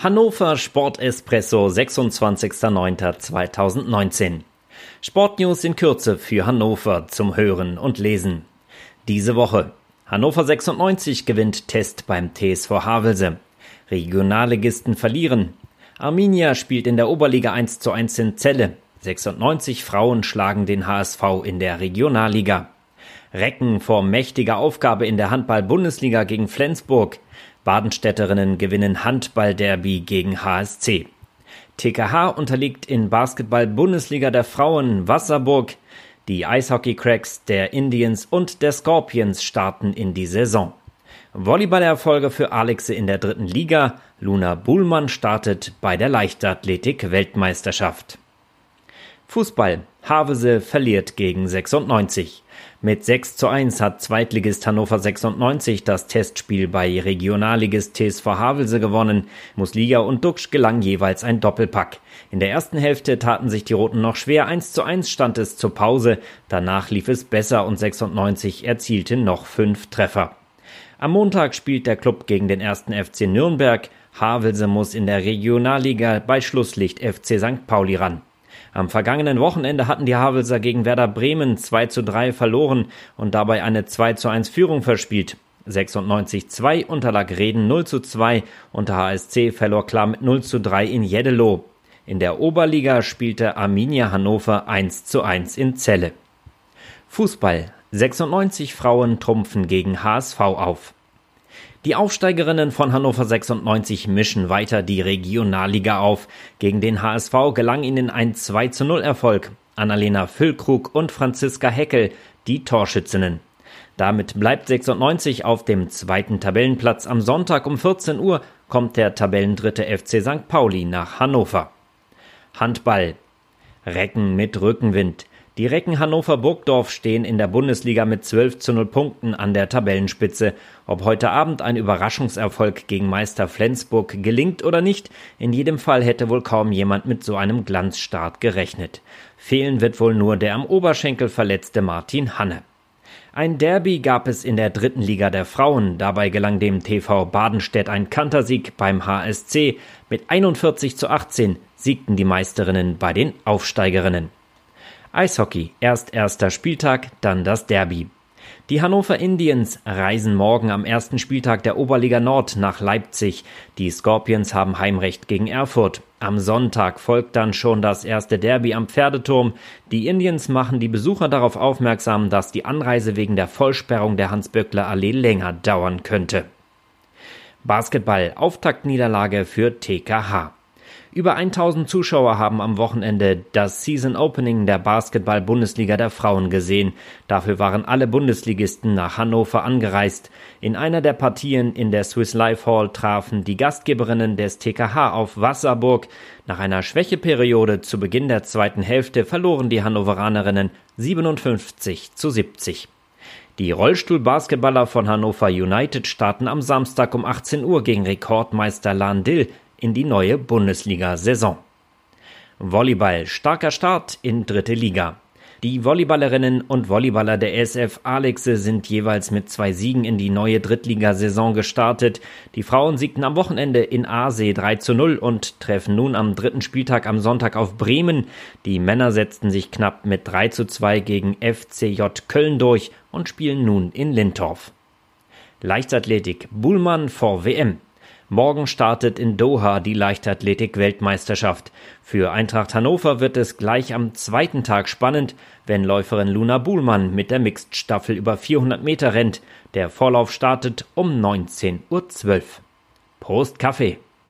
Hannover Sport-Espresso, 26.09.2019. Sportnews in Kürze für Hannover zum Hören und Lesen. Diese Woche: Hannover 96 gewinnt Test beim TSV Havelse. Regionalligisten verlieren. Arminia spielt in der Oberliga 1:1 in Celle. 96 Frauen schlagen den HSV in der Regionalliga. Recken vor mächtiger Aufgabe in der Handball-Bundesliga gegen Flensburg. Badenstädterinnen gewinnen Handball-Derby gegen HSC. TKH unterliegt in Basketball-Bundesliga der Frauen Wasserburg. Die Eishockey-Cracks der Indians und der Scorpions starten in die Saison. Volleyballerfolge für Alexe in der 3. Liga. Luna Buhlmann startet bei der Leichtathletik-Weltmeisterschaft. Fußball: Havelse verliert gegen 96. Mit 6:1 hat Zweitligist Hannover 96 das Testspiel bei Regionalligist TSV Havelse gewonnen. Muslia und Duxch gelang jeweils ein Doppelpack. In der ersten Hälfte taten sich die Roten noch schwer. 1:1 stand es zur Pause. Danach lief es besser und 96 erzielte noch 5 Treffer. Am Montag spielt der Klub gegen den 1. FC Nürnberg. Havelse muss in der Regionalliga bei Schlusslicht FC St. Pauli ran. Am vergangenen Wochenende hatten die Havelser gegen Werder Bremen 2:3 verloren und dabei eine 2:1 Führung verspielt. 96-2 unterlag Reden 0:2 und der HSC verlor klar mit 0:3 in Jeddelo. In der Oberliga spielte Arminia Hannover 1:1 in Celle. Fußball: 96 Frauen trumpfen gegen HSV auf. Die Aufsteigerinnen von Hannover 96 mischen weiter die Regionalliga auf. Gegen den HSV gelang ihnen ein 2:0-Erfolg. Annalena Füllkrug und Franziska Heckel, die Torschützinnen. Damit bleibt 96 auf dem 2. Tabellenplatz. Am Sonntag um 14 Uhr kommt der Tabellendritte FC St. Pauli nach Hannover. Handball: Recken mit Rückenwind. Die Recken Hannover-Burgdorf stehen in der Bundesliga mit 12:0 Punkten an der Tabellenspitze. Ob heute Abend ein Überraschungserfolg gegen Meister Flensburg gelingt oder nicht, in jedem Fall hätte wohl kaum jemand mit so einem Glanzstart gerechnet. Fehlen wird wohl nur der am Oberschenkel verletzte Martin Hanne. Ein Derby gab es in der 3. Liga der Frauen. Dabei gelang dem TV Badenstedt ein Kantersieg beim HSC. Mit 41:18 siegten die Meisterinnen bei den Aufsteigerinnen. Eishockey: erst erster Spieltag, dann das Derby. Die Hannover Indians reisen morgen am ersten Spieltag der Oberliga Nord nach Leipzig. Die Scorpions haben Heimrecht gegen Erfurt. Am Sonntag folgt dann schon das erste Derby am Pferdeturm. Die Indians machen die Besucher darauf aufmerksam, dass die Anreise wegen der Vollsperrung der Hans-Böckler-Allee länger dauern könnte. Basketball: Auftaktniederlage für TKH. Über 1000 Zuschauer haben am Wochenende das Season Opening der Basketball-Bundesliga der Frauen gesehen. Dafür waren alle Bundesligisten nach Hannover angereist. In einer der Partien in der Swiss Life Hall trafen die Gastgeberinnen des TKH auf Wasserburg. Nach einer Schwächeperiode zu Beginn der zweiten Hälfte verloren die Hannoveranerinnen 57:70. Die Rollstuhl-Basketballer von Hannover United starten am Samstag um 18 Uhr gegen Rekordmeister Lahn-Dill in die neue Bundesliga-Saison. Volleyball: starker Start in 3. Liga. Die Volleyballerinnen und Volleyballer der SF Alexe sind jeweils mit 2 Siegen in die neue Drittligasaison gestartet. Die Frauen siegten am Wochenende in Aasee 3:0 und treffen nun am 3. Spieltag am Sonntag auf Bremen. Die Männer setzten sich knapp mit 3:2 gegen FCJ Köln durch und spielen nun in Lintorf. Leichtathletik: Buhlmann vor WM. Morgen startet in Doha die Leichtathletik-Weltmeisterschaft. Für Eintracht Hannover wird es gleich am 2. Tag spannend, wenn Läuferin Luna Buhlmann mit der Mixed-Staffel über 400 Meter rennt. Der Vorlauf startet um 19:12 Uhr. Prost Kaffee!